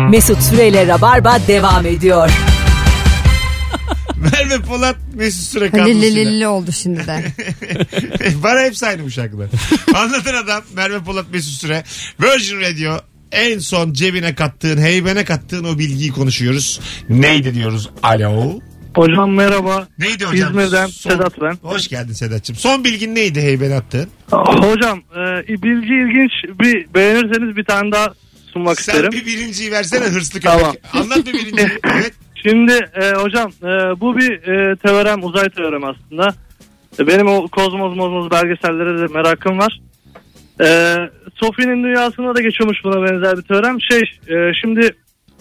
Mesut Süreyle Rabarba devam ediyor. Merve Polat Mesut Süre kadrosuyla. Lelelelli oldu şimdi de. Bana hepsi aynı bu şarkılar. Anlatan adam Merve Polat Mesut Süre. Virgin Radio. En son cebine kattığın, heybene kattığın o bilgiyi konuşuyoruz. Neydi diyoruz? Alo. Hocam merhaba. Neydi hocam? İzmir'den Sedat ben. Hoş geldin Sedat'cığım. Son bilgin neydi heybene attığın? Hocam bilgi ilginç. Bir beğenirseniz bir tane daha sunmak Sen isterim. bir birinciyi versene hırslı köpek. Tamam. Anlat bir birinciyi. Evet. Şimdi hocam bu bir teorem, uzay teoremi aslında. Benim o kozmos belgesellere de merakım var. Sophie'nin dünyasında da geçiyormuş buna benzer bir teorem. Şimdi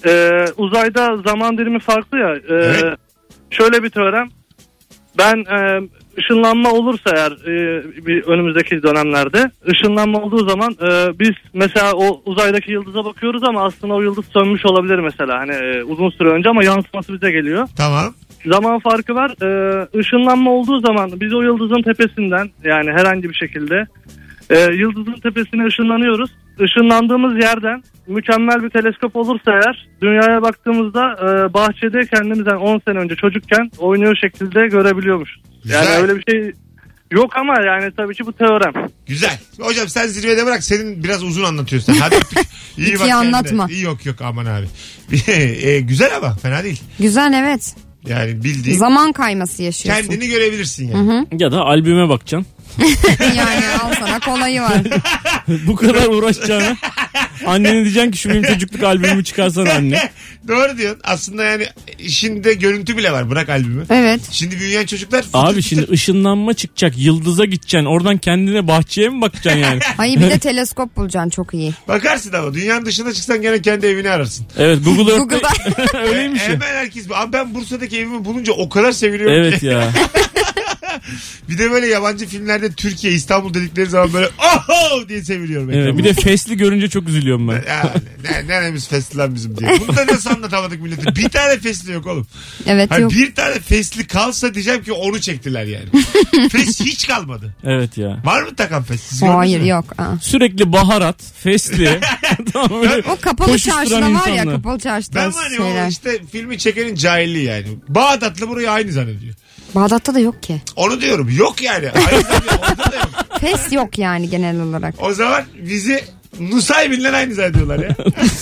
uzayda zaman dilimi farklı ya. Evet. Şöyle bir teorem. Ben ışınlanma olursa eğer bir önümüzdeki dönemlerde ışınlanma olduğu zaman biz mesela o uzaydaki yıldıza bakıyoruz ama aslında o yıldız sönmüş olabilir mesela. Hani uzun süre önce ama yansıması bize geliyor. Tamam. Zaman farkı var. Işınlanma olduğu zaman biz o yıldızın tepesinden yani herhangi bir şekilde yıldızın tepesine ışınlanıyoruz. Işınlandığımız yerden mükemmel bir teleskop olursa eğer dünyaya baktığımızda bahçede kendimizden 10 sene önce çocukken oynuyor şekilde görebiliyormuşuz. Yani Güzel. öyle bir şey yok ama yani tabii ki bu teorem. Güzel. Hocam sen zirvede bırak. Senin biraz uzun anlatıyorsun. Hadi iyi bak İkiyi anlatma. İyi yok aman abi. Güzel ama fena değil. Güzel, evet. Yani bildiğin. Zaman kayması yaşıyorsun. Kendini görebilirsin yani. Ya da albüme bakacaksın. Yani al sana kolayı var. Bu kadar uğraşacağına. Annene diyeceksin ki şu benim çocukluk albümümü çıkarsana anne. Doğru diyorsun. Aslında yani şimdi görüntü bile var. Bırak albümü. Evet. Şimdi büyüyen çocuklar... Abi şimdi ışınlanma çıkacak. Yıldıza gideceksin. Oradan kendine bahçeye mi bakacaksın yani? Hayır, bir de teleskop bulacaksın, çok iyi. Bakarsın ama dünyanın dışına çıksan gene kendi evini ararsın. Evet, Google'da Google'da. öyleymiş ya. Hemen herkes... Abi ben Bursa'daki evimi bulunca o kadar seviniyorum Evet ki. ya. Bir de böyle yabancı filmlerde Türkiye, İstanbul dedikleri zaman böyle oho diye seviniyorum. Evet, bir de Fesli görünce çok üzülüyorum ben. Ya, neremiz fesli lan bizim diye. Bunu da nasıl anlatamadık millete? Bir tane fesli yok oğlum. Evet, Hani yok. bir tane fesli kalsa diyeceğim ki onu çektiler yani. Fes hiç kalmadı. Evet ya. Var mı takan fes? Siz gördünüz Hayır, mü? yok. Aa. Sürekli baharat, fesli. Tamam, öyle O kapalı koşuşturan çarşıda var ya, insanlar. kapalı çarşıda Ben var ya o şeyler. işte filmi çekenin cahilliği yani. Bağdat'la burayı aynı zannediyor. Bağdat'ta da yok ki. Onu diyorum. Yok yani. Aynı zannediyor. Orada da yok. Fes yok yani genel olarak. O zaman bizi Nusaybin'le aynı zannediyorlar ya.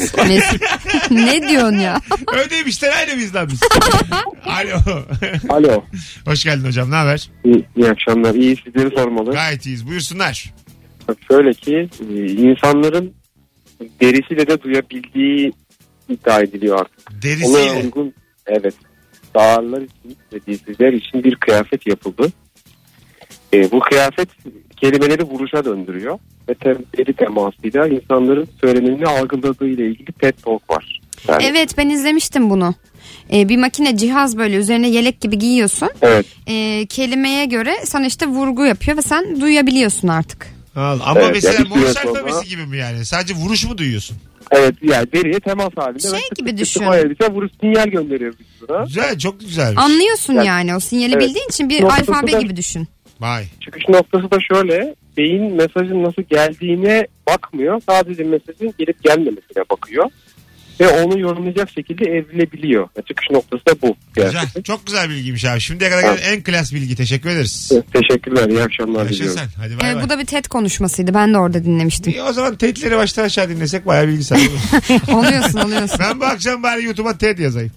Ne diyorsun ya? Öyleymişler aynı bizden biz. Alo. Alo. Hoş geldin hocam. Ne haber? İyi akşamlar. İyi, sizleri sormalı. Gayet iyiyiz. Buyursunlar. Bak şöyle ki insanların derisiyle de duyabildiği iddia ediliyor artık. Ona Derisiyle. uygun, evet. Dağlar için ve dizler için bir kıyafet yapıldı. Bu kıyafet kelimeleri vuruşa döndürüyor. Ve deri temasıyla insanların söylemini algıladığı ile ilgili TED Talk var. Yani, Evet, ben izlemiştim bunu. Bir makine, cihaz, böyle üzerine yelek gibi giyiyorsun. evet. Kelimeye göre sana işte vurgu yapıyor ve sen duyabiliyorsun artık. Ama Evet, mesela yani Morse sonra- alfabesi gibi mi yani? Sadece vuruş mu duyuyorsun? Evet, yani deriye temas halinde. Şey ve gibi tık düşün. tık tık o elbise vuruş sinyal gönderiyor vücuduna. Güzel, çok güzelmiş. Anlıyorsun Yani- yani o sinyali Evet. bildiğin için bir Noktası alfabe da- gibi düşün. Vay. Çıkış noktası da şöyle. Beyin mesajın nasıl geldiğine bakmıyor. Sadece mesajın gelip gelmemesine bakıyor. Ve onu yorumlayacak şekilde evrilebiliyor. Çıkış noktası da bu. Güzel. Gerçekten. Çok güzel bilgiymiş abi. Şimdiye kadar gelen en klas bilgi. Teşekkür ederiz. Evet, teşekkürler. İyi akşamlar Yaşa diliyorum. sen. Hadi bay bay. Bu da bir TED konuşmasıydı. Ben de orada dinlemiştim. İyi, o zaman TED'leri baştan aşağı dinlesek bayağı bilgi sahibi oluruz. oluyorsun. Ben bu akşam bari YouTube'a TED yazayım.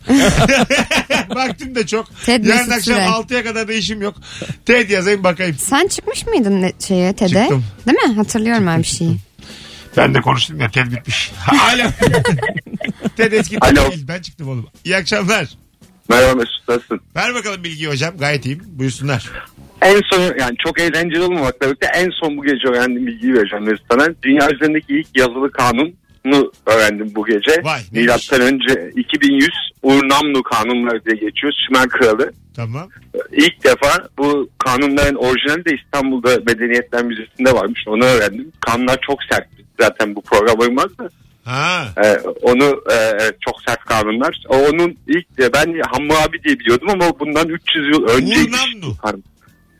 Baktım da çok. TED Yarın Mesut akşam Süre. 6'ya kadar da işim yok. TED yazayım bakayım. Sen çıkmış mıydın TED'e? Çıktım. Değil mi? Hatırlıyorum ben bir şeyi. Ben de konuştum ya TED bitmiş. Alo. TED eski TED Alo. değil. Ben çıktım oğlum. İyi akşamlar. Merhaba Mesut, nasılsın? Ver bakalım bilgiyi hocam. Gayet iyiyim. Buyursunlar. En son, yani çok eğlenceli olmamakla birlikte en son bu gece öğrendiğim bilgiyi vereceğim Mesut sana. Dünya üzerindeki ilk yazılı kanunu öğrendim bu gece. Vay, neymiş? Milattan önce 2100 Ur-Namnu kanunları diye geçiyor. Sümer kralı. Tamam. İlk defa bu kanunların orijinali de İstanbul'da Medeniyetler Müzesi'nde varmış. Onu öğrendim. Kanunlar çok sert. Zaten bu program uymaz da. Ha. Onu çok sert kanunlar. Onun ilk ben Hammurabi diye biliyordum ama bundan 300 yıl önce. Ur-Namnu.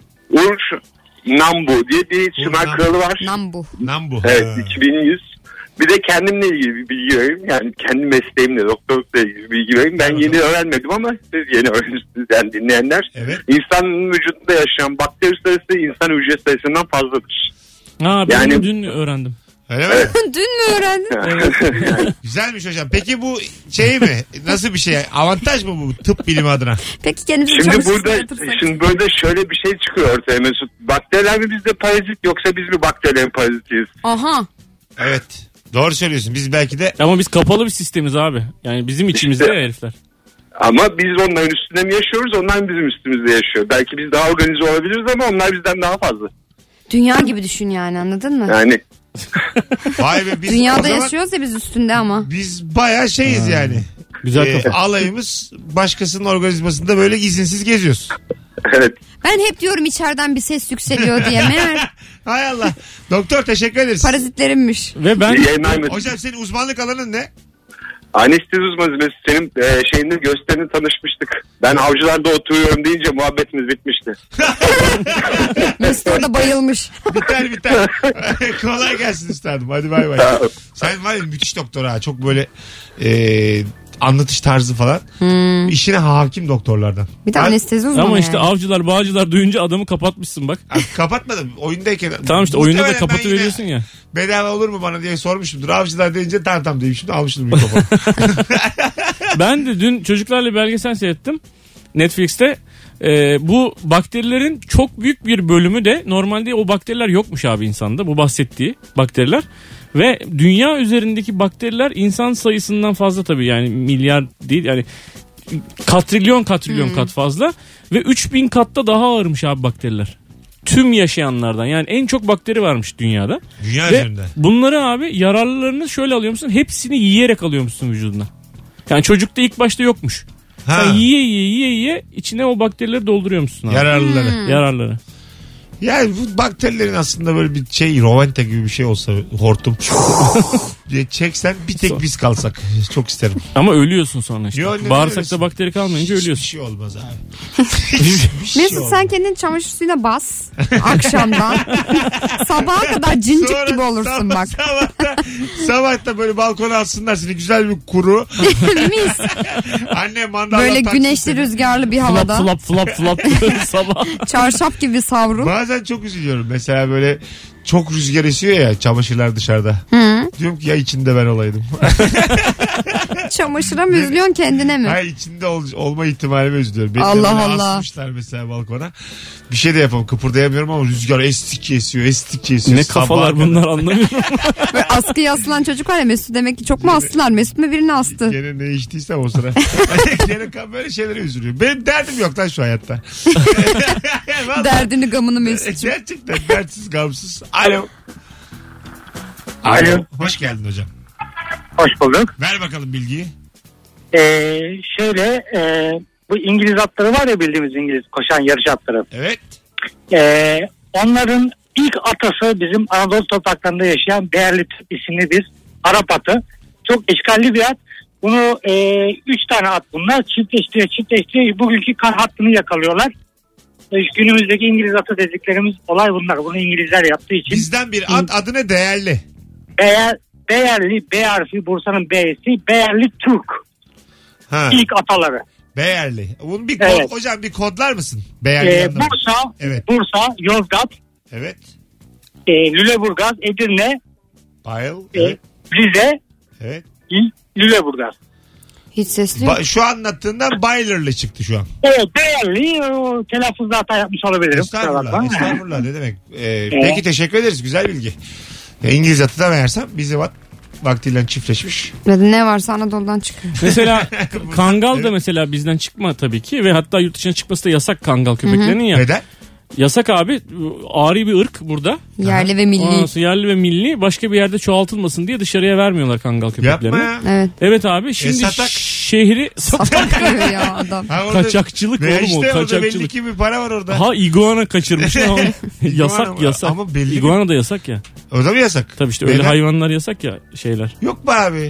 Ur-Nambu diye bir Sümer Ur-Nambu. kralı var. Nambu. Nambu. Evet, Ha. 2100 Bir de kendimle ilgili bir bilgi vereyim. Yani kendi mesleğimle, doktorlukla ilgili bir bilgi vereyim. Ben yeni öğrenmedim ama siz yeni öğrenirsiniz yani dinleyenler. Evet. İnsanın vücudunda yaşayan bakteri sayısı insan hücre sayısından fazladır. Ha, ben Yani- dün öğrendim. Öyle mi? Dün mü öğrendin? Güzelmiş hocam. Peki bu şey mi? Nasıl bir şey? Avantaj mı bu tıp bilimi adına? Peki kendimizi Şimdi çalıştırsak yatırsak. burada şöyle bir şey çıkıyor ortaya Mesut. Bakteriler mi bizde parazit yoksa biz mi bakterilerin parazitiyiz? Aha. Evet. Doğru söylüyorsun. Biz belki de Ama biz kapalı bir sistemiz abi. Yani bizim içimizde İşte. ya herifler. Ama biz onların üstünde mi yaşıyoruz, onlar mı bizim üstümüzde yaşıyor? Belki biz daha organize olabiliriz ama onlar bizden daha fazla. Dünya gibi düşün yani, anladın mı? Yani vay be biz o Dünyada zaman yaşıyoruz ya biz üstünde ama. biz bayağı şeyiz yani. Güzel kafa. Alayımız başkasının organizmasında böyle izinsiz geziyoruz. evet. Ben hep diyorum içeriden bir ses yükseliyor diye. Meğer Hay Allah. Doktor teşekkür ederiz. parazitlerimmiş. Ve ben Yayınlar Mesut. Hocam senin uzmanlık alanın ne? Anestezi uzmanı Mesut. Senin şeyinde gösterinde tanışmıştık. Ben avcılarda oturuyorum deyince muhabbetimiz bitmişti. Mesut orada bayılmış. Biter. Kolay gelsin üstadım. Hadi bay bay. Sen var ya müthiş doktor ha. Çok böyle anlatış tarzı falan. İşine hakim doktorlardan. Bir de anestezi uzmanı ama işte yani. avcılar bağcılar duyunca adamı kapatmışsın bak. Abi kapatmadım. Oyundayken. Tamam işte oyunda da Muhtemelen ben kapatıveriyorsun yine ya. Bedava olur mu bana diye sormuşumdur. Avcılar deyince tamam demişim. Almıştım mikrofonu. Ben de dün çocuklarla belgesel seyrettim Netflix'te. Bu bakterilerin çok büyük bir bölümü de normalde o bakteriler yokmuş abi insanda, bu bahsettiği bakteriler. Ve dünya üzerindeki bakteriler insan sayısından fazla tabii, yani milyar değil yani katrilyon kat fazla ve 3000 katta daha ağırmış abi bakteriler. Tüm yaşayanlardan yani en çok bakteri varmış dünyada. Dünya Ve üzerinde. bunları abi yararlarını şöyle alıyormuşsun, hepsini yiyerek alıyormuşsun vücuduna. Yani çocukta ilk başta yokmuş. Ha. Sen yiye içine o bakterileri dolduruyormuşsun abi. Yararlıları. Yararları. Yani bu bakterilerin aslında böyle bir şey Rovente gibi bir şey olsa hortum diye çeksen bir tek biz kalsak. Çok isterim. Ama ölüyorsun sonra işte. Yo, ne Bağırsakta ölüyorsun? bakteri kalmayınca Hiçbir ölüyorsun. şey olmaz abi. Hiçbir şey Mesut olmaz. sen kendini çamaşır suyuna bas akşamdan. Sabaha kadar cincik Sonra gibi olursun bak. Sabahta böyle balkona alsınlar seni güzel bir kuru. Mis. Anne mandalla Böyle taksın güneşli seni. rüzgarlı bir Flap havada. flap sabah. Çarşaf gibi savrul. Bazen çok üzülüyorum. Mesela böyle çok rüzgar esiyor ya çamaşırlar dışarıda. Diyorum ki ya içinde ben olaydım. Çamaşıra mı üzülüyorsun kendine mi? Hayır içinde olma ihtimalimi üzülüyorum. Beni de Allah böyle Allah. asmışlar mesela balkona. Bir şey de yapamam kıpırdayamıyorum ama rüzgar estikçe esiyor. Ne kafalar Sabaha bunlar anlamıyorum. Böyle askıya asılan çocuk var ya, Mesut demek ki çok mu astılar? Mesut mu birini astı? Gene ne içtiysem o sıra. Gene böyle şeylere üzülüyorum. Benim derdim yok lan şu hayatta. Vallahi. Derdini gamını Mesut'cum. Gerçekten dertsiz gamsız. Alo. Alo. Hoş geldin hocam. Hoş bulduk. Ver bakalım bilgiyi. Şöyle bu İngiliz atları var ya, bildiğimiz İngiliz koşan yarış atları. Evet. Onların ilk atası bizim Anadolu topraklarında yaşayan Bearlit isimli bir Arap atı. Çok eşkalli bir at. Bunu 3 tane at bunlar. Çiftleştiriyor. Bugünkü kar hattını yakalıyorlar. Günümüzdeki İngiliz atı dediklerimiz olay bunlar. Bunu İngilizler yaptığı için. Bizden bir at adı ne? Değerli. Değerli, B harfi, Bursa'nın B'si, Bearlit Türk. Ha. İlk ataları. Beğerli. Bunun bir Evet. hocam bir kodlar mısın? Beğerli. Bursa, Evet. Bursa, Yozgat, Evet. Lüleburgaz, Edirne, Bayıl. Evet. Rize, Evet. Lüleburgaz. Hiç sesli yok. Şu anlattığından Bayler'le çıktı şu an. Evet, değerli. O telaffuzda hata yapmış olabilirim. Kusura bakma. Estağfurullah ne demek. Peki teşekkür ederiz. Güzel bilgi. İngiliz atı da meğersem bizi vaktiyle çiftleşmiş. Ne varsa Anadolu'dan çıkıyor. Mesela kangal da Evet. mesela bizden çıkma tabii ki ve hatta yurt dışına çıkması da yasak kangal köpeklerinin ya. Neden? Yasak abi, ari bir ırk burada. Yerli ve milli. Ondan sonra yerli ve milli, başka bir yerde çoğaltılmasın diye dışarıya vermiyorlar kangal köpeklerini. Yapma ya. Evet. Evet abi şimdi satak. şehri Satak diyor ya adam. Ha, orada- kaçakçılık Ve oğlum o, işte orada belli kaçakçılık. ki bir para var orada. Ha iguana kaçırmış ama yasak mı? yasak. Ama belli Iguana da yasak ya. O da mı yasak? Tabii işte öyle Neden? hayvanlar yasak ya şeyler. Yok be abi.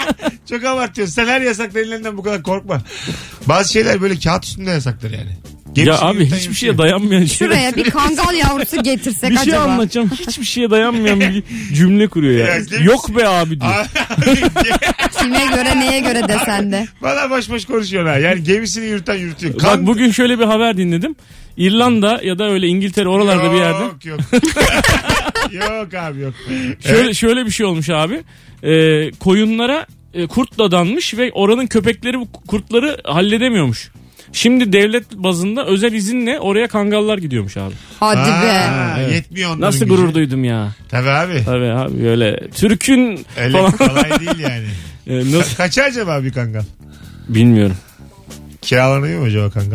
Çok abartıyorsun. Sen her yasak denilenden bu kadar korkma. Bazı şeyler böyle kağıt üstünde yasaktır yani. Ya abi hiçbir şeye dayanmayan şey. Şuraya bir kangal yavrusu getirsek bir acaba. şey anlatacağım. Hiçbir şeye dayanmayan bir cümle kuruyor ya. Yok be abi diyor. Kime göre neye göre desen de. Bana boş boş konuşuyor ha. Yani gemisini yürütüyor. Bak bugün şöyle bir haber dinledim. İrlanda ya da öyle İngiltere oralarda bir yerde. Yok. Yok abi yok. Şöyle bir şey olmuş abi. Koyunlara kurt dadanmış ve oranın köpekleri bu kurtları halledemiyormuş. Şimdi devlet bazında özel izinle oraya kangallar gidiyormuş abi. Hadi be. Evet. Yetmiyor onların Nasıl gücü. gurur duydum ya. Tabii abi. Tabii abi öyle Türk'ün Öyle falan. kolay değil yani. Nasıl? Kaça acaba bir kangal? Bilmiyorum. Kiralanıyor mu acaba kangal?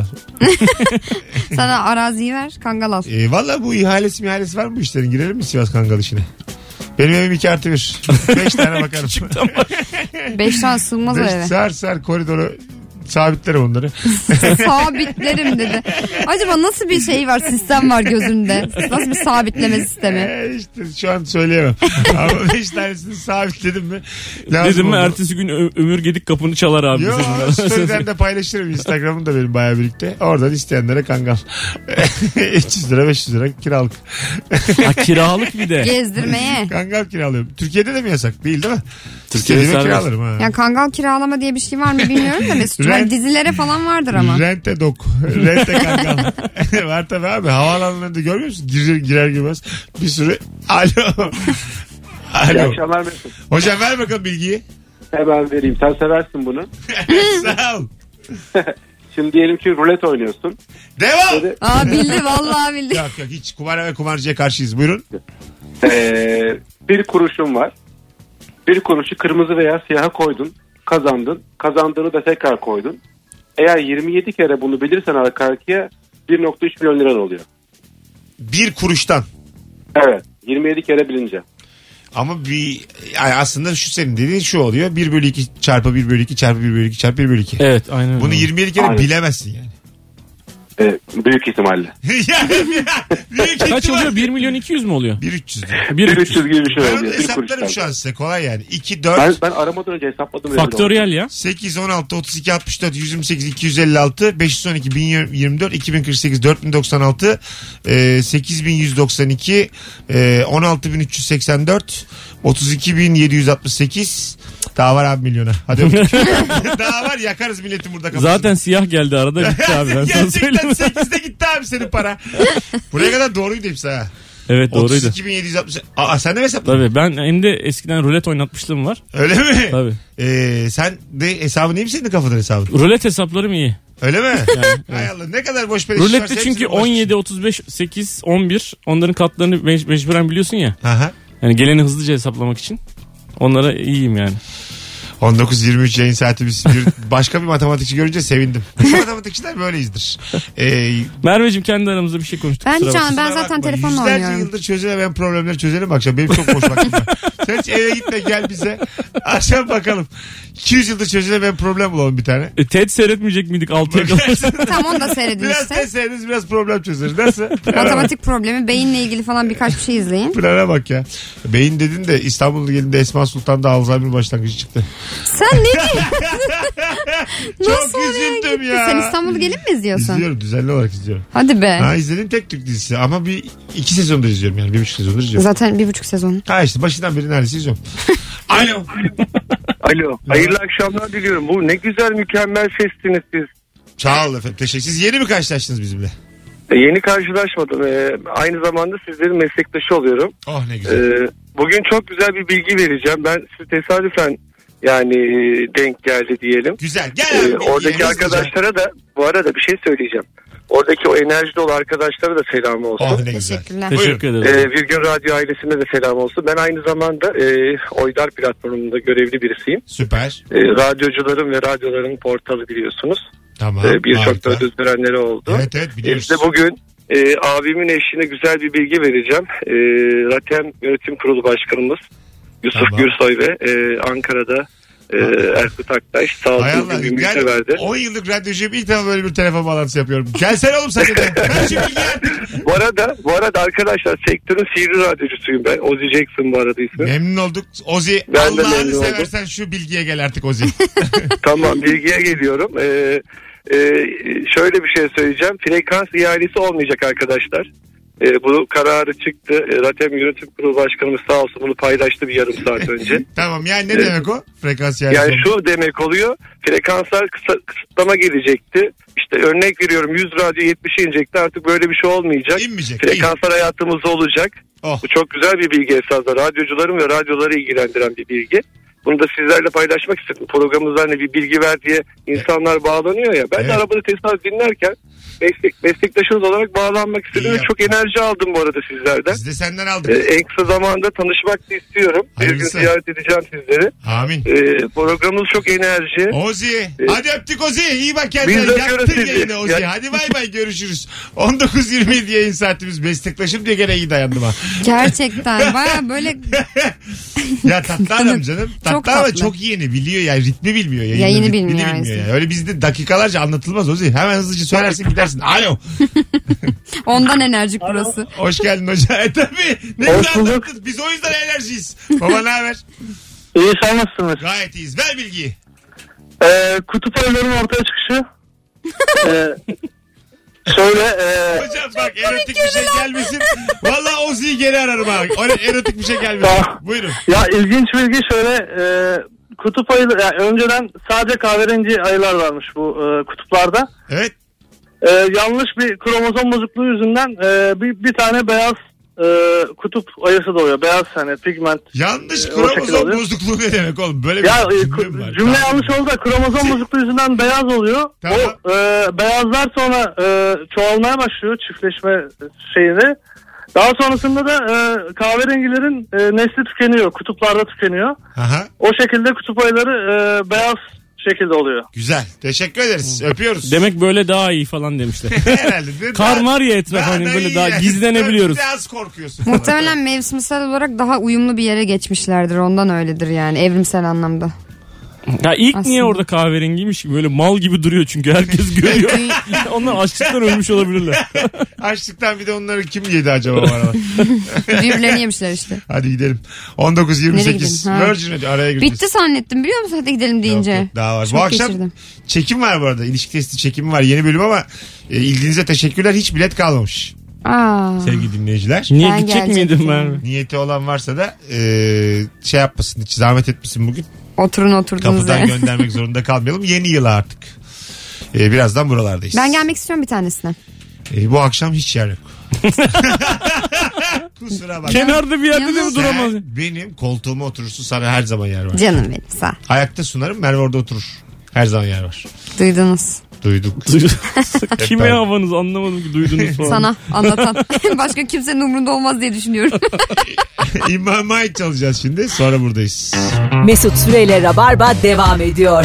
Sana araziyi ver kangal al. Valla bu ihalesi var mı bu işlerin? Girelim mi Sivas kangal işine? Benim evim 2+1. 5 tane bakarım. 5 tane sığmaz o eve. Sar koridoru sabitlerim onları. Sabitlerim dedi. Acaba nasıl bir şey var, sistem var gözünde? Nasıl bir sabitleme sistemi? İşte şu an söyleyemem. Ama 5 tanesini sabitledim mi? Dedim mi ertesi gün Ömür Gedik kapını çalar abi. Yok story'den de paylaşırım. Instagram'ın da benim bayağı birlikte. Oradan isteyenlere kangal. 300 lira 500 lira kiralık. Ha, kiralık bir de. Gezdirmeye. Kangal kiralıyorum. Türkiye'de de mi yasak? Değil mi? Türkiye'de Türkiye'de serbest. kiralarım ha. Ya kangal kiralama diye bir şey var mı bilmiyorum da Mesut'cum. Hani dizilere falan vardır ama. Rente dok. Rente kangal. Var tabii abi. Havaalanlarında görmüyor musun? Girer girmez. Bir sürü. Alo. İyi Alo. akşamlar Mesut. Hocam ver bakalım bilgiyi. Hemen vereyim. Sen seversin bunu. Sağ ol. Şimdi diyelim ki rulet oynuyorsun. Devam. Aa bildi vallahi bildi. Yok hiç kumara ve kumarcıya karşıyız. Buyurun. Bir kuruşun var. Bir kuruşu kırmızı veya siyaha koydun. Kazandın. Kazandığını da tekrar koydun. Eğer 27 kere bunu bilirsen arka arkaya 1.3 milyon liran oluyor. Bir kuruştan. Evet. 27 kere bilince. Ama yani aslında şu senin dediğin şu oluyor. 1/2 çarpı 1/2 çarpı 1/2 çarpı 1/2. Evet aynen. Bunu 27 kere Aynen. bilemezsin yani. Büyük ihtimalle. Büyük Kaç ihtimal. oluyor? 1.200.000 mi oluyor? 1.300. 1.300 gibi bir şey Ben onu oluyor. Bir hesaplarım kuruştan. şu an size. Kolay yani. 2, 4, Ben aramadan önce hesapladım. Faktöriyel ya. 8, 16, 32, 64, 128, 256, 512, 1024, 2048, 4096, 8192, 16384, 32768. Daha var abi milyona. Hadi öptük. Daha var yakarız milletin burada kafasını. Zaten siyah geldi arada bitti abi. Ben sana söyleyeyim. Gerçekten 8'de gitti abi senin para. Buraya kadar doğruydu hepsi ha. Evet doğruydu. 32.760. Aa sen de mi hesapladın? Tabii ben hem de eskiden rulet oynatmışlığım var. Öyle mi? Tabii. Sen de hesabı neymiş senin kafadan hesabın? Rulet hesaplarım iyi. Öyle mi? Yani, Hay Allah ne kadar boş beleş varsa Rulette çünkü hepsini boş 17, 35, 8, 11 onların katlarını mecburen biliyorsun ya. Aha. Yani geleni hızlıca hesaplamak için. Onlara iyiyim yani. 19-23 yayın saatimiz. Başka bir matematikçi görünce sevindim. Bütün matematikçiler böyleyizdir. Merveciğim kendi aramızda bir şey konuştuk. Ben kusura hiç bakma. ben zaten Bakma, telefonla yüzlerce oynuyorum. yıldır çözemeyen problemleri çözelim akşam. Benim çok boş vaktim var. Sen hiç eve gitme gel bize. Akşam bakalım. 200 yıldır çözülemeyen problem bulalım bir tane. TED seyretmeyecek miydik 6'ya kadar? Tam onu da seyredin Biraz işte. test biraz problem çözeriz. Nasıl? Matematik problemi, beyinle ilgili falan birkaç bir şey izleyin. Plana bak ya. Beyin dedin de İstanbul'da gelinde Esma Sultan'da Alzheimer başlangıcı çıktı. Sen ne diyorsun? Çok oraya üzüldüm gitti? ya. Sen İstanbul'u gelin mi izliyorsun? İzliyorum düzenli olarak izliyorum. Hadi be. Ha izledim tek Türk dizisi ama 2 sezonda izliyorum yani 1,5 sezonda izliyorum. Zaten 1,5 sezon. Ha işte başından beri neredeyse izliyorum. Alo. Alo. Hayırlı akşamlar diliyorum. Bu ne güzel mükemmel sestiniz siz. Sağ ol efendim teşekkür. Siz yeni mi karşılaştınız bizimle? Yeni karşılaşmadım. Aynı zamanda sizlerin meslektaşı oluyorum. Oh ne güzel. Bugün çok güzel bir bilgi vereceğim. Ben size tesadüfen yani denk geldi diyelim. Güzel. Gel abi. Oradaki arkadaşlara da bu arada bir şey söyleyeceğim. Oradaki o enerji dolu arkadaşlara da selam olsun. Oh ne güzel. Teşekkürler. Teşekkür ederim. Bir gün radyo ailesine de selam olsun. Ben aynı zamanda Oydar platformunda görevli birisiyim. Süper. Radyocuların ve radyoların portalı biliyorsunuz. Tamam. Birçok da ödül törenleri oldu. Evet biliyoruz. İşte bugün abimin eşine güzel bir bilgi vereceğim. Ratem Yönetim Kurulu Başkanımız Yusuf Tamam. Gürsoy ve Ankara'da Erkut Aktaş sağ Hay olsun Allah. bir müjde Yani verdi. 10 yıllık radyocuyum ilk defa böyle bir telefon bağlantısı yapıyorum. Gelsene oğlum sen de. Ben şu bilgiyi artık. Bu arada arkadaşlar sektörün sihirli radyocusuyum ben. Ozzy Jackson bu arada ismi. Memnun olduk. Ozi Ben de Allah'ını memnun seversen şu bilgiye gel artık Ozi. Tamam bilgiye geliyorum. şöyle bir şey söyleyeceğim. Frekans ihalesi olmayacak arkadaşlar. Bu kararı çıktı. Ratem Yönetim Kurulu Başkanımız sağ olsun bunu paylaştı bir yarım saat önce. Tamam, yani ne demek o? Frekans ihalesi. Yani şu demek oluyor. Frekanslar kısıtlama gelecekti. İşte örnek veriyorum 100 radyo 70'e inecekti. Artık böyle bir şey olmayacak. İnmeyecek. Frekanslar hayatımızda olacak. Oh. Bu çok güzel bir bilgi esasında. Radyocuların ve radyoları ilgilendiren bir bilgi. Bunu da sizlerle paylaşmak istedim. Programımızda hani bir bilgi ver diye insanlar bağlanıyor ya. Ben de arabada tesadüf dinlerken meslektaşınız olarak bağlanmak istedim ve çok enerji aldım bu arada sizlerden. Biz de senden aldık. En kısa zamanda tanışmak da istiyorum. Hayırlısı. Bir gün ziyaret edeceğim sizleri. Amin. Programımız çok enerji. Ozi. Hadi öptük Ozi. İyi bak kendine. Biz de Yaktın görüşürüz. yayını Ozi. Hadi bay bay, görüşürüz. 19.27 yayın saatimiz. Meslektaşım diye gene iyi dayandım ha. Gerçekten baya böyle Ya tatlı adam canım. Çok Tatlı ama tatlı. çok yeni. Biliyor yani, ritmi bilmiyor. Yayını ritmini bilmiyor yani. insan. Öyle bizde dakikalarca anlatılmaz Ozi. Hemen hızlıca söylersin gidersin. Alo. ondan enerjik burası. Hoş geldin hoca. Tabii. Ne Hoş güzel bulduk. anlattın. Biz o yüzden enerjiyiz. Baba ne haber? İyi, sen nasılsınız? Gayet iyiyiz. Ver bilgiyi. Kutup ayılarının ortaya çıkışı. Şöyle Hocam bak, erotik bir şey gelmesin. Valla Ozi'yi geri ararım abi. Erotik bir şey gelmesin. Tamam. Buyurun. ya ilginç bilgi şöyle kutup ayıları yani önceden sadece kahverengi ayılar varmış bu kutuplarda. Evet. Yanlış bir kromozom bozukluğu yüzünden bir tane beyaz kutup ayısı doğuyor. Beyaz hani pigment. Yanlış o şekilde kromozom oluyor. bozukluğu ne demek oğlum? Böyle bir Ya cümle mi var? cümle Tamam. yanlış oldu da kromozom bozukluğu yüzünden beyaz oluyor. Tamam. O beyazlar sonra çoğalmaya başlıyor çiftleşme şeyini. Daha sonrasında da kahverengilerin nesli tükeniyor. Kutuplarda tükeniyor. Aha. O şekilde kutup ayıları beyaz şekilde oluyor. Güzel. Teşekkür ederiz. Öpüyoruz. Demek böyle daha iyi falan demişler. Herhalde. Kar var ya etraf, hani böyle iyi daha yani. gizlenebiliyoruz. Biraz korkuyorsun. falan. Muhtemelen mevsimsel olarak daha uyumlu bir yere geçmişlerdir. Ondan öyledir yani evrimsel anlamda. Ya ilk niye Aslında. orada kahverengiymiş ki? Böyle mal gibi duruyor çünkü herkes görüyor. Onlar açlıktan ölmüş olabilirler. Açlıktan bir de onları kim yedi acaba bu aralar? Birbirlerini yemişler işte. Hadi gidelim. Nereye 19.28 gidelim? Ha. Virgin Radio araya gireceğiz. Bitti zannettim biliyor musun? Hadi gidelim deyince. Yok, daha var. Çok Bu akşam geçirdim. çekim var bu arada. İlişki testi çekimi var. Yeni bölüm ama ilginize teşekkürler. Hiç bilet kalmamış. Aa. Sevgili dinleyiciler. Niye Ben gidecek gelecektim. miydim ben? Niyeti olan varsa da şey yapmasın. Hiç zahmet etmesin bugün. Oturun oturduğunuz Kapıdan yere. göndermek zorunda kalmayalım. Yeni yıla artık. Birazdan buralardayız. Ben gelmek istiyorum bir tanesine. Bu akşam hiç yer yok. Kusura bakma. Kenarda bir yerde de mi Yalnız- duramaz? Sen benim koltuğuma oturursun, sana her zaman yer var. Canım benim sağ. Ayakta sunarım, Merve orada oturur. Her zaman yer var. Duydunuz. Duyduk. Kime Efendim? havanız anlamadım ki, duydunuz falan. Sana anlatan. Başka kimsenin umurunda olmaz diye düşünüyorum. İmam Ait çalacağız şimdi. Sonra buradayız. Mesut Süreyle Rabarba devam ediyor.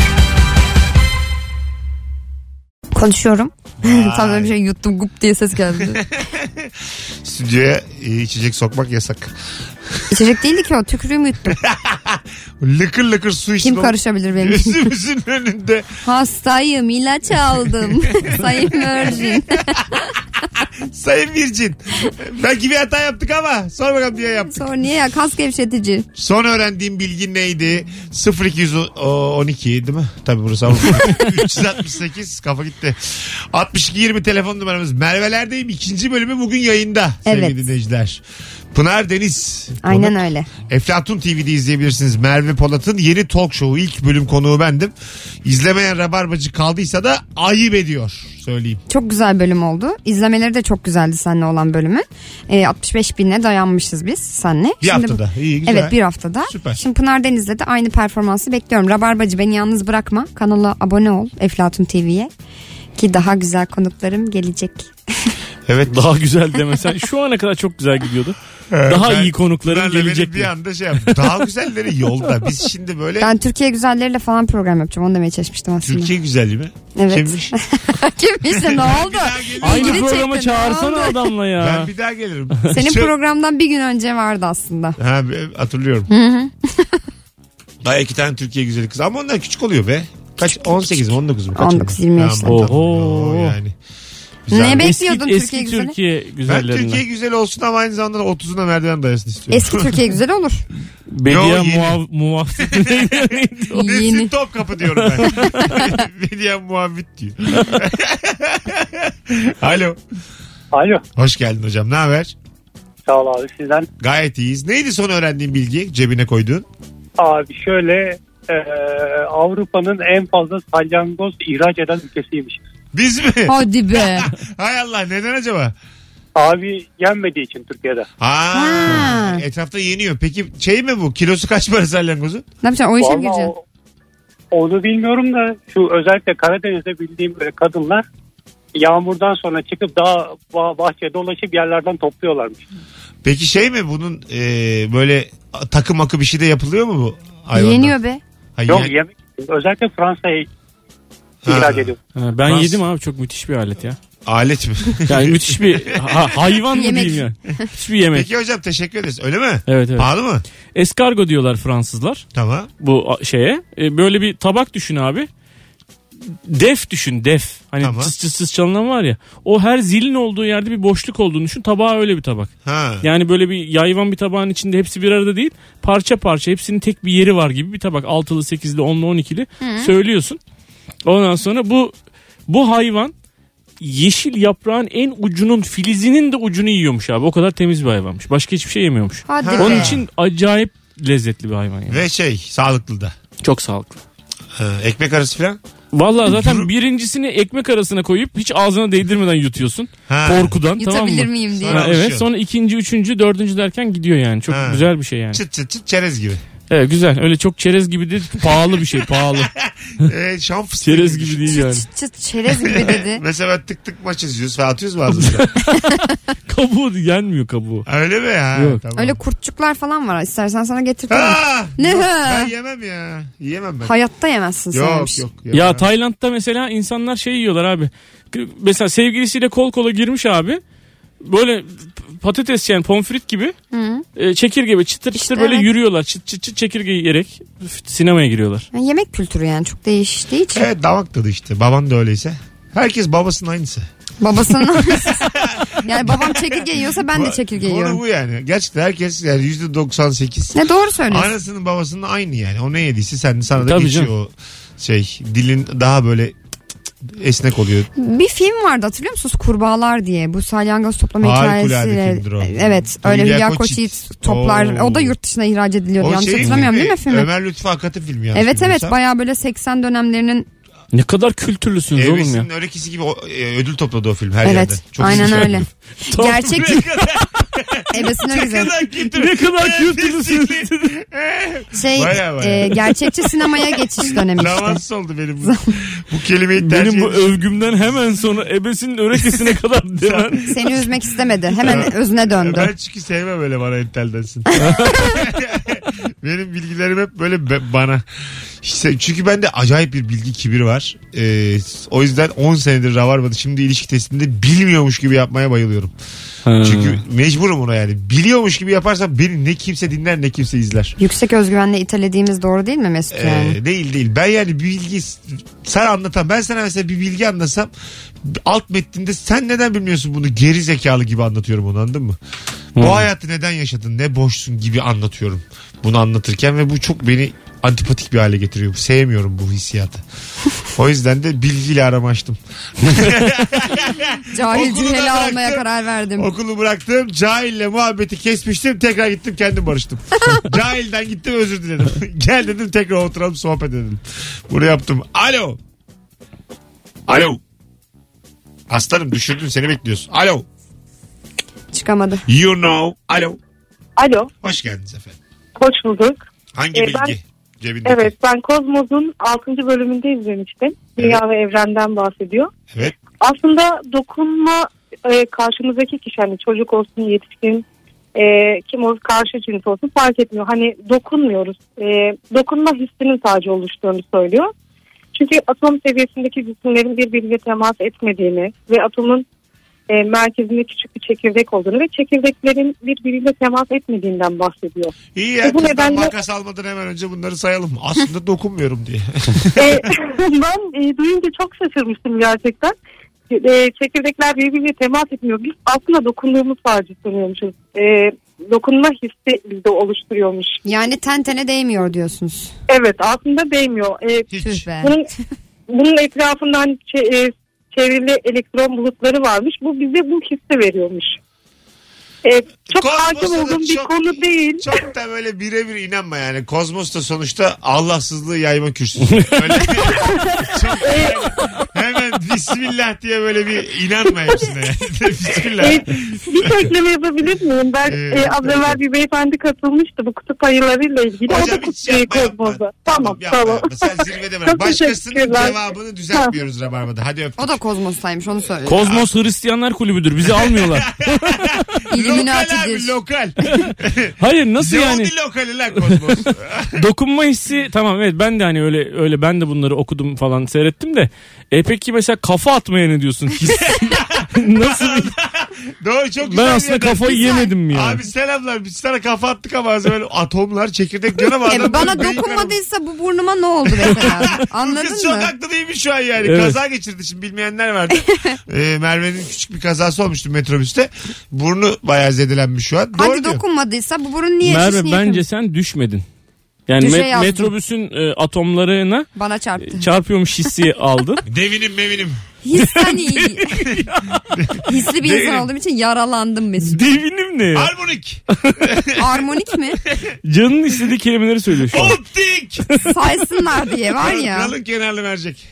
Konuşuyorum. Tam böyle bir şey yuttum gup diye ses geldi. Stüdyoya içecek sokmak yasak. İçecek değildi ki o, tükürüğümü yuttum. Lıkır lıkır su içtin. Kim karışabilir benim? Gözümüzün önünde. Hastayım, ilaç aldım. Sayın Virgin. Sayın Virgin. Belki bir hata yaptık ama sor bakalım diye yaptık. Sonra niye ya, kas gevşetici. Son öğrendiğim bilgi neydi? 0212 değil mi? Tabii burası Avrupa. 368 kafa gitti. 6220 telefon numaramız. Merve'lerdeyim. 2. bölümü bugün yayında sevgili Evet. dinleyiciler. Pınar Deniz. Aynen konuk. öyle. Eflatun TV'de izleyebilirsiniz. Merve Polat'ın yeni talk show'u. İlk bölüm konuğu bendim. İzlemeyen Rabarbacı kaldıysa da ayıp ediyor. Söyleyeyim. Çok güzel bölüm oldu. İzlemeleri de çok güzeldi seninle olan bölümün. 65 binle dayanmışız biz seninle. Bir haftada. İyi, güzel. Evet, bir haftada. Süper. Şimdi Pınar Deniz'le de aynı performansı bekliyorum. Rabarbacı, beni yalnız bırakma. Kanala abone ol Eflatun TV'ye. Ki daha güzel konuklarım gelecek. Evet. Daha güzel demesen. Şu ana kadar çok güzel gidiyordu. Daha Ben- iyi konuklarım Pınar'la gelecek. benim bir anda şey yaptım. Daha güzelleri yolda. Biz şimdi böyle Ben Türkiye güzelleriyle falan program yapacağım. Onu demeye çalışmıştım aslında. Türkiye güzelliği mi? Evet. Kimmiş? Kimmiş de ne oldu? daha gelirim. Aynı İlgini programa çekti, ne çağırsana oldu? adamla ya. Ben bir daha gelirim. Senin Çok- programdan bir gün önce vardı aslında. Ha, hatırlıyorum. Daha 2 tane Türkiye güzeli kız. Ama onlar küçük oluyor be. Kaç? 18 mi 19 mu? Kaç 19, 20 yaşlarında. Tamam, Oho. yani. Güzel. Ne bekliyordun Eski Türkiye güzeli? Türkiye Ben güzellerinden. Türkiye güzel olsun ama aynı zamanda 30'una merdiven dayasın istiyorum. Eski Türkiye güzeli olur. Bediye Yo, yeni. muvaffak. Yeni. Nesin Topkapı diyorum ben. Bediye muhabbet diyor. Alo. Alo. Hoş geldin hocam. Ne haber? Sağ ol abi sizden. Gayet iyiyiz. Neydi son öğrendiğin bilgi cebine koyduğun? Abi şöyle Avrupa'nın en fazla salyangoz ihraç eden ülkesiymiş. Biz mi? Hadi be. Hay Allah, neden acaba? Abi yenmediği için Türkiye'de. Ha. Etrafta yeniyor. Peki şey mi bu? Kilosu kaç para salyangozu? Ne yapacaksın? O işe mi Vallahi gireceksin? onu bilmiyorum da şu özellikle Karadeniz'de bildiğim böyle kadınlar yağmurdan sonra çıkıp daha bahçede dolaşıp yerlerden topluyorlarmış. Peki şey mi bunun böyle takım akı bir şey de yapılıyor mu bu hayvandan? Yeniyor be. Ha, Yok yemek. Özellikle Fransa'ya ihraç ediyor. Ben Frans- yedim abi, çok müthiş bir alet ya. Alet mi? Yani müthiş bir hayvan mı Yemek. diyeyim yani. Müthiş bir yemek. Peki hocam teşekkür ederiz. Öyle mi? Evet evet. Pahalı mı? Eskargo diyorlar Fransızlar Tamam. bu şeye. Böyle bir tabak düşün abi. Def düşün, def. Hani Tamam. tıs tıs tıs çalınan var ya. O her zilin olduğu yerde bir boşluk olduğunu düşün. Tabağı öyle bir tabak. Ha. Yani böyle bir yayvan bir tabağın içinde hepsi bir arada değil. Parça parça hepsinin tek bir yeri var gibi bir tabak. 6'lı, 8'li, 10'lu, 12'li söylüyorsun. Ondan sonra bu hayvan yeşil yaprağın en ucunun, filizinin de ucunu yiyormuş abi. O kadar temiz bir hayvanmış. Başka hiçbir şey yemiyormuş. Hadi Ha. be. Onun için acayip lezzetli bir hayvan yani. Ve sağlıklı da. Çok sağlıklı. Ekmek arası falan. Vallahi zaten birincisini ekmek arasına koyup hiç ağzına değdirmeden yutuyorsun. Ha. Korkudan, tamam Yutabilir mı? miyim diye. Sonra Ha, evet. alışıyor. Sonra ikinci, üçüncü, dördüncü derken gidiyor yani. Çok Ha. güzel bir şey yani. Çıt çıt çıt çerez gibi. Evet güzel. Öyle çok çerez gibi değil. Pahalı bir şey, pahalı. Şam fıstığı Çerez gibi gibi düşün. değil yani. Çıt çıt çerez gibi dedi. Mesela tık tık maç izliyoruz falan atıyoruz mu ağzımıza? Kabuğu yenmiyor kabuğu. Öyle mi ya? Yok. Tamam. Öyle kurtçuklar falan var. İstersen sana getirtirim. Ha! Ne Yok, ha? ben yemem ya. Yiyemem ben. Hayatta yemezsin sen. öyle bir Yok şey. yok. Ya yemem. Tayland'da mesela insanlar şey yiyorlar abi. Mesela sevgilisiyle kol kola girmiş abi. Böyle patates yani pomfrit gibi. Çekirge gibi çıtır çıtır böyle evet. yürüyorlar. Çıt çıt çıt çekirge yiyerek sinemaya giriyorlar. Yani yemek kültürü yani çok değiştiği için. Evet, damak tadı işte. Baban da öyleyse. Herkes babasının aynısı. Babasının yani babam çekirge yiyorsa ben de çekirge Konu yiyorum. bu yani. Gerçekten herkes yani %98. Ne doğru söylüyorsun. Anasının babasının aynı yani. O ne yediyse sana da Tabii geçiyor canım. o dilin daha böyle esnek oluyor. Bir film vardı hatırlıyor musunuz? Kurbağalar diye. Bu salyangoz toplama Harikulade hikayesiyle. filmdir o. Evet. Öyle Hülya Hülya Koçyiğit. Koçyiğit toplar. Oo. O da yurt dışına ihraç ediliyordu. O Yanlış şeyin hatırlamıyorum değil mi filmi? Ömer Lütfü Akat'ın filmi yanlış Evet evet bilmiyorsam. baya böyle 80 dönemlerinin. Ne kadar kültürlüsünüz oğlum ya. Evresinin örekisi gibi ödül topladı o film her Evet yerden. Çok aynen güzel. öyle. Tam Gerçek. Ebesine güzel. Ne kadar kültürlüsünüz. Baya. Gerçekçi sinemaya geçiş dönemi işte. Zamansız oldu benim bu kelimeyi tercih Benim bu edişim. övgümden hemen sonra ebesinin örekesine kadar demen. Seni üzmek istemedi. Hemen özüne döndü. Ben çünkü sevmem öyle bana entel densin. Benim bilgilerim hep böyle bana. İşte çünkü bende acayip bir bilgi kibiri var. O yüzden 10 senedir Rabarba'da şimdi ilişki testinde bilmiyormuş gibi yapmaya bayılıyorum. Çünkü mecburum ona yani. Biliyormuş gibi yaparsam beni ne kimse dinler ne kimse izler. Yüksek özgüvenle itelediğimiz doğru değil mi Mesut yani? Değil. Ben yani bir bilgi sana anlatam. Ben sana mesela bir bilgi anlatsam alt metninde sen neden bilmiyorsun bunu geri zekalı gibi anlatıyorum onu, anladın mı? Bu hayatı neden yaşadın, ne boşsun gibi anlatıyorum bunu anlatırken ve bu çok beni antipatik bir hale getiriyor. Sevmiyorum bu hissiyatı. O yüzden de bilgiyle aramaştım. Cahil Okulu da cüheli bıraktım. almaya karar verdim. Okulu bıraktım. Cahille muhabbeti kesmiştim. Tekrar gittim kendim barıştım. Cahilden gittim özür diledim. Gel dedim tekrar oturalım sohbet edelim. Bunu yaptım. Alo. Alo. Aslanım düşürdün seni bekliyoruz. Alo. Çıkamadı. You know. Alo. Alo, Hoş geldiniz efendim. hoş bulduk. Hangi ben- bilgi? Cebindeki. Evet, ben Kozmos'un 6. bölümünde izlemiştim. Dünya ve evrenden bahsediyor. Evet. Aslında dokunma karşımızdaki kişi, hani çocuk olsun, yetişkin, kim olsun, karşı cins olsun fark etmiyor. Hani dokunmuyoruz. Dokunma hissinin sadece oluştuğunu söylüyor. Çünkü atom seviyesindeki cisimlerin birbiriyle temas etmediğini ve atomun merkezinde küçük bir çekirdek olduğunu ve çekirdeklerin birbiriyle temas etmediğinden bahsediyor. İyi ya Bu kızdan nedenle- makas almadan hemen önce bunları sayalım. Aslında dokunmuyorum diye. Ben duyunca çok şaşırmıştım gerçekten. çekirdekler birbirine temas etmiyor. Biz aslında dokunduğumuz sadece sanıyormuşuz. Dokunma hissi bizde oluşturuyormuş. Yani ten tene değmiyor diyorsunuz. Evet, aslında değmiyor. Hiç. Tüh be. Bunun etrafından çevrili elektron bulutları varmış. Bu bize bu hissi veriyormuş. Çok hakim olduğum bir konu değil. Çok da böyle birebir inanma yani. Kozmos da sonuçta Allahsızlığı yayma kürsüsü. Öyle çok hemen Bismillah diye böyle bir inanma hepsine yani. Bismillah. Bir ekleme yapabilir miyim? Ben az evvel bir beyefendi katılmıştı bu kutup ayılarıyla ilgili. Hocam, o da kutluyor Kozmos'a. Tamam. Yapma. Sen zirvede bırak. Başkasının cevabını düzeltmiyoruz Rabarba'da. Hadi öptük. O da Kozmos'taymış, onu söyle. Kozmos Hristiyanlar Kulübü'dür. Bizi almıyorlar. Lokal abi, lokal. Hayır, nasıl yani? Yahudi lokali lan Kozmos. Dokunma hissi tamam, evet, ben de hani öyle ben de bunları okudum falan, seyrettim de. Peki mesela kafa atmaya ne diyorsun? Nasıl? Doğru, çok güzel. Ben aslında kafayı yemedim mi yani? Abi selamlar, biz sana kafa attık ama az böyle atomlar, çekirdek diyor ama adam bana dokunmadıysa bu burnuma ne oldu mesela? Anladın kız mı? çok haklı değil mi şu an yani? Evet. Kaza geçirdi, şimdi bilmeyenler vardı. Merve'nin küçük bir kazası olmuştu metrobüste. Burnu bayağı zedelenmiş şu an. Doğru Hadi diyor. dokunmadıysa bu burun niye Merve, şişini bence yakın? sen düşmedin. Yani Yazdım. metrobüsün atomlarına Bana çarptı. çarpıyormuş hissi aldın. Devinim. Hissen iyi. Hisli bir insan olduğum için yaralandım Mesut. Devinim ne ya? Harmonik. Armonik mi? Canın istediği kelimeleri söylüyor şu an. Optik. Saysınlar diye var ya. Kalın kenarlı mercek.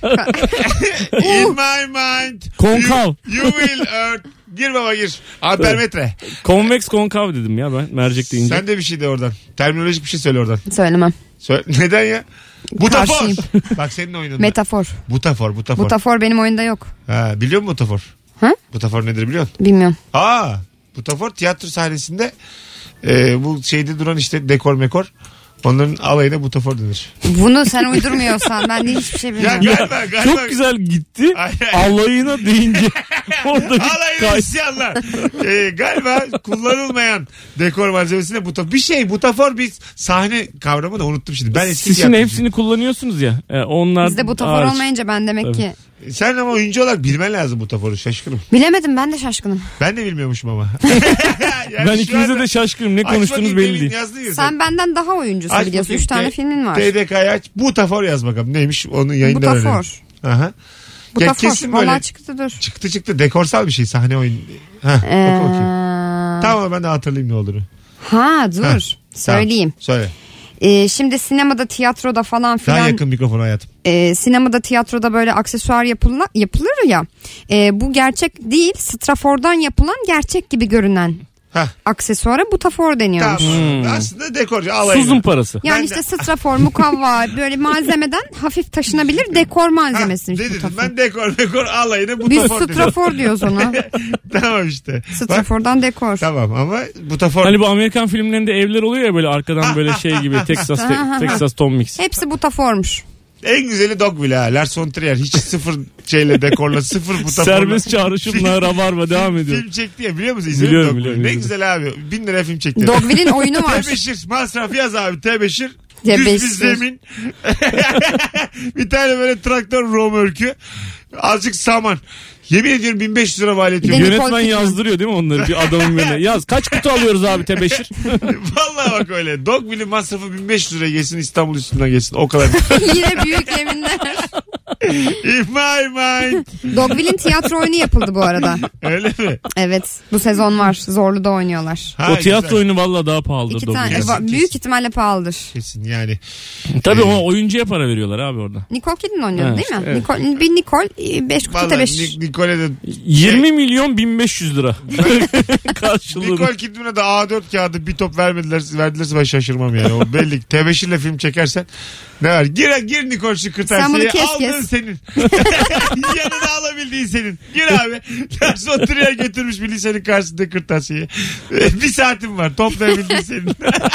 In my mind. Konkav. You will earn. Gir baba gir. Ampermetre. Konveks konkav dedim ya ben mercek deyince. Sen de bir şey de oradan. Terminolojik bir şey söyle oradan. Söylemem. Neden ya? Butafor. Karşıyım. Bak senin oyununda. Metafor. Butafor. Butafor benim oyunda yok. Ha, biliyor musun butafor? Ha? Butafor nedir biliyor musun? Bilmiyorum. Butafor tiyatro sahnesinde bu şeyde duran işte dekor mekor. Onların alayına butafor denir. Bunu sen uydurmuyorsan ben de hiçbir şey Ya bilmiyorum. galiba. Çok güzel gitti. Alayına deyince orada bir Alayına isyanlar. Galiba kullanılmayan dekor malzemesine butafor. Butafor bir sahne kavramı da unuttum şimdi. Ben eski Siz şimdi hepsini kullanıyorsunuz ya. Onlar bizde butafor hariç. olmayınca ben demek ki. Sen ama oyuncu olarak bilmen lazım butaforu, şaşkınım. Bilemedim, ben de şaşkınım. Ben de bilmiyormuşum ama. Yani ben ikinize de şaşkınım. Ne konuştuğunuz belli değil. Sen benden daha oyuncusun biliyorsun. 3 tane filmin var. TDK'yı aç. Butafor yaz bakalım. Neymiş onu yayında öğrenelim. Butafor. Aha. Butafor. Valla çıktı dur. Çıktı. Dekorsal bir şey. Sahne oyun. Oku bakayım. Tamam, ben de hatırlayayım ne olduğunu. Dur. Söyleyeyim. Söyle. Şimdi sinemada, tiyatroda falan filan. Daha yakın mikrofona hayatım. Sinemada, tiyatroda böyle aksesuar yapılır ya. Bu gerçek değil. Strafordan yapılan, gerçek gibi görünen aksesuara butafor deniyormuş. Tamam. Aslında dekorcu alayına. Suzun parası. Yani işte strafor, mukavva böyle malzemeden hafif taşınabilir dekor malzemesiymiş Dedim butafor. ben dekor alayına Biz butafor dedim. strafor diyoruz ona. Tamam işte. Strafordan dekor. Tamam ama butafor. Hani bu Amerikan filmlerinde evler oluyor ya böyle arkadan böyle şey gibi Texas Tom Mix. Hepsi butaformuş. En güzeli Dogville ha. Lars von Trier. Hiç sıfır dekorla, sıfır butaforla. Serbest çağrışımla Rabarba devam ediyor. Film çekti ya, biliyor musun? İzledin Biliyorum. Ne güzel abi. 1000 lira film çekti. Dogville'in oyunu var. Tebeşir. Masraf yaz abi. Tebeşir. Düz bir zemin. Bir tane böyle traktör romörkü. Azıcık saman. Yemin ediyorum 1500 lira maliyeti. Yönetmen yazdırıyor değil mi onları bir adamın birine? Yaz. Kaç kutu alıyoruz abi tebeşir? Vallahi bak öyle. Dogville'in masrafı 1500 lira geçsin, İstanbul üstünden geçsin. O kadar. Yine büyük yeminler. In my mind. Dogville'in tiyatro oyunu yapıldı bu arada. Öyle mi? Evet. Bu sezon var. Zorlu'da oynuyorlar. O tiyatro oyunu vallahi daha pahalıdır. 2 tane. Büyük ihtimalle pahalıdır. Kesin yani. Tabii o oyuncuya para veriyorlar abi orada. Nicole Kidman oynuyordu değil mi? Evet. Nicole 5 kutu tebeşir. Nicole'e de 20 milyon 1500 lira. Karşılığında. Nicole Kidman'a da A4 kağıdı bir top verdilerse ben şaşırmam yani. O belli. Tebeşirle film çekersen ne var? Gir Nicole şu kırtasiyeyi. Aldın senin. Yanına alabildiğin senin. Gir abi. Lars von Trier götürmüş bir lisenin karşısında kırtasiyeyi. Bir saatim var. Toplayabildiğin senin.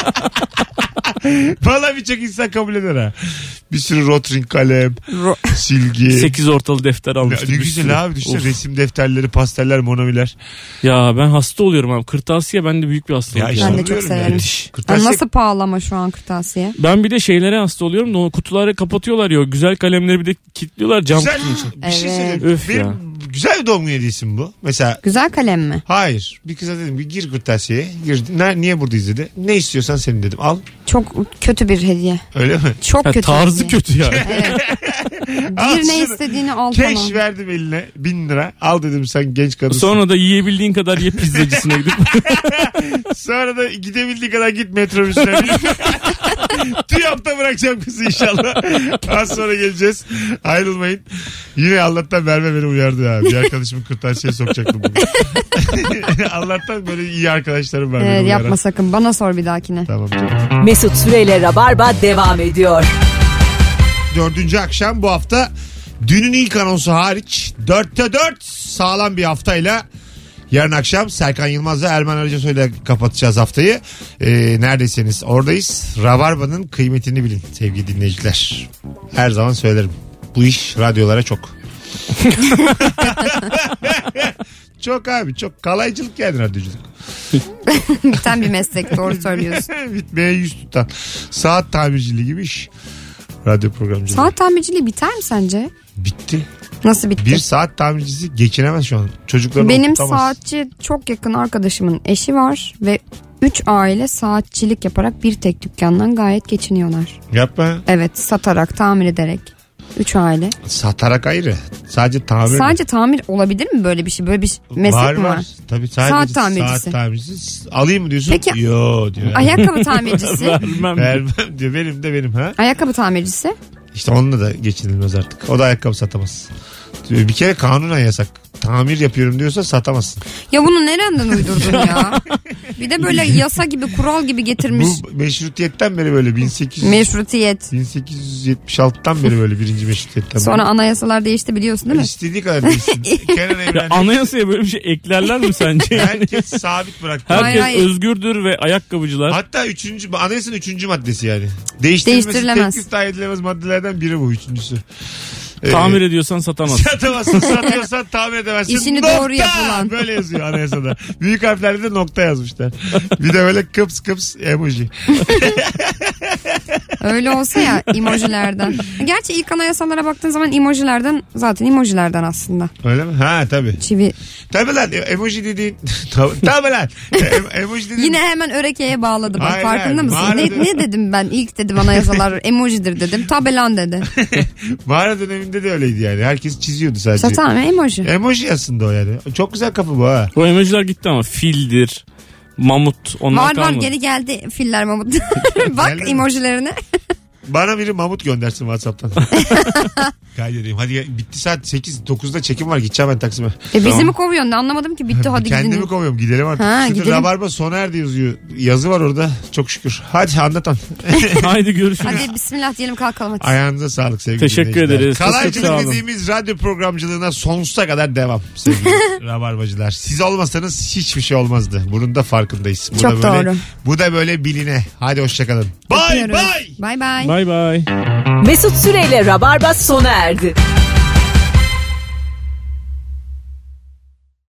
Valla birçok insan kabul eder ha. Bir sürü rotring kalem, silgi. 8 ortalı defter almıştım. Ne güzel abi, düşünsene resim defterleri, pasteller, monomiler. Ya ben hasta oluyorum abi. Kırtasiye bende büyük bir hastalık. Ben de çok severim. Kırtasiye... Nasıl pahalı ama şu an kırtasiye. Ben bir de şeylere hasta oluyorum da o kutuları kapatıyorlar ya. Güzel kalemleri bir de kilitliyorlar cam kutunun için. Bir şey söyleyeyim. Öf benim ya. güzel bir doğum günü hediyesi mi bu? Mesela Güzel kalem mi? hayır. Bir kıza dedim ki gir kırtasiyeye. Girdi. Niye buradayız dedi. Ne istiyorsan senin dedim. Al. Çok kötü bir hediye. Öyle mi? Çok Ha, kötü. tarzı hediye. kötü yani. Evet. Al Gir ne şunu. istediğini al Keş falan. verdim eline 1000 lira. Al dedim sen genç kadınsın. Sonra da yiyebildiğin kadar ye pizzacısına gidip. Sonra da gidebildiği kadar git metrobüsüne. TÜYAP'ta bırakacağım kızı inşallah. Az sonra geleceğiz. Ayrılmayın. Yine Allah'tan Merve beni uyardı ya. Bir arkadaşımı kırtasiyeye sokacaktım bugün. Allah'tan böyle iyi arkadaşlarım var. beni Evet, uyaran. yapma sakın. Bana sor bir dahakine. Tamam canım. Mesut Süreyle Rabarba devam ediyor. 4. akşam bu hafta dünün ilk anonsu hariç 4'te 4 sağlam bir haftayla yarın akşam Serkan Yılmaz'la Erman Arıcasoy'la kapatacağız haftayı. Neredeyseniz oradayız. Rabarba'nın kıymetini bilin sevgili dinleyiciler. Her zaman söylerim. Bu iş radyolara çok. Çok abi çok. Kalaycılık yani radyoculuk. Biten bir meslek, doğru söylüyorsun. Bitmeye yüz tutan. Saat tamirciliği gibi iş. Radyo programcılığı. Saat tamirciliği biter mi sence? Bitti. Nasıl bitti? Bir saat tamircisi geçinemez şu an. Çocuklarını Benim okutamaz. saatçi çok yakın arkadaşımın eşi var ve 3 aile saatçilik yaparak bir tek dükkandan gayet geçiniyorlar. Yapma. Evet, satarak, tamir ederek. 3 aile. Satarak ayrı. Sadece tamir. Sadece tamir olabilir mi böyle bir şey? Böyle bir meslek var mi var? var. Tabii sadece Saat tamircisi. Saat tamircisi. Alayım mı diyorsun? Peki- Yo diyor. Ayakkabı tamircisi. Vermem. Vermem diyor. Benim de benim ha. Ayakkabı tamircisi. İşte onunla da geçinilmez artık. O da ayakkabı satamaz. Bir kere kanunen yasak. Tamir yapıyorum diyorsa satamazsın. Ya bunu nereden uydurdun ya? Bir de böyle yasa gibi, kural gibi getirmiş. Bu meşrutiyetten beri böyle 1800 Meşrutiyet. 1876'dan beri böyle birinci meşrutiyetten Sonra beri. anayasalar değişti biliyorsun değil mi? İstediği kadar değilsin. Kenan Ya Evren. anayasaya böyle bir şey eklerler mi sence? Yani Herkes sabit bıraktı. herkes Hayır. özgürdür ve ayakkabıcılar. Hatta anayasanın 3. maddesi yani. Değiştirilmesi Değiştirilemez. teklif dahi edilemez maddelerden biri bu 3.'sü. Tamir ediyorsan satamazsın. Satamazsın, satıyorsan tamir edemezsin. İşini Nokta! doğru yapılan. Böyle yazıyor anayasada. Büyük harflerle de nokta yazmışlar. Bir de böyle kıps kıps emoji. Öyle olsa ya emojilerden. Gerçi ilk anayasalara baktığın zaman emojilerden, zaten emojilerden aslında. Öyle mi? Ha tabii. Çivi. Tabii lan emoji dediğin. Tabii lan. Emoji dediğin. Yine hemen öreke'ye bağladı bak. Hayır, Farkında mısın? mağara Ne dedim ben? İlk dedim anayasalar emojidir dedim. Tabelan dedi. Mağara döneminde de öyleydi yani. Herkes çiziyordu sadece. İşte tamam, emoji. Emoji aslında o yani. Çok güzel kapı bu ha. Bu emojiler gitti ama fildir, mamut onlar Var kalmadı. geri geldi filler mamut. Bak Geldi mi? emojilerine. Bana biri mamut göndersin WhatsApp'tan. Kaydedeyim. Hadi bitti saat 8-9'da çekim var. Gideceğim ben Taksim'e. Bizi Tamam. mi kovuyorsun? Ne anlamadım ki, bitti hadi Kendimi gidin. kovuyorum. Gidelim artık. Ha, Şimdi gidelim. Rabarba sona erdi yazıyor. Yazı var orada. Çok şükür. Hadi anlatan. Haydi görüşürüz. Hadi bismillah diyelim, kalkalım hadi. Ayağınıza sağlık sevgili Teşekkür dinleyiciler. ederiz. Çok sağ Kalaycılık olun. dediğimiz radyo programcılığına sonsuza kadar devam sevgili Rabarbacılar. Siz olmasanız hiçbir şey olmazdı. Bunun da farkındayız. Bu Çok da böyle, doğru. Bu da böyle biline. Hadi hoşçakalın. Bye Öpüyoruz. bye. Bye bye. Bay bay. Mesut Süreyle Rabarba sona erdi.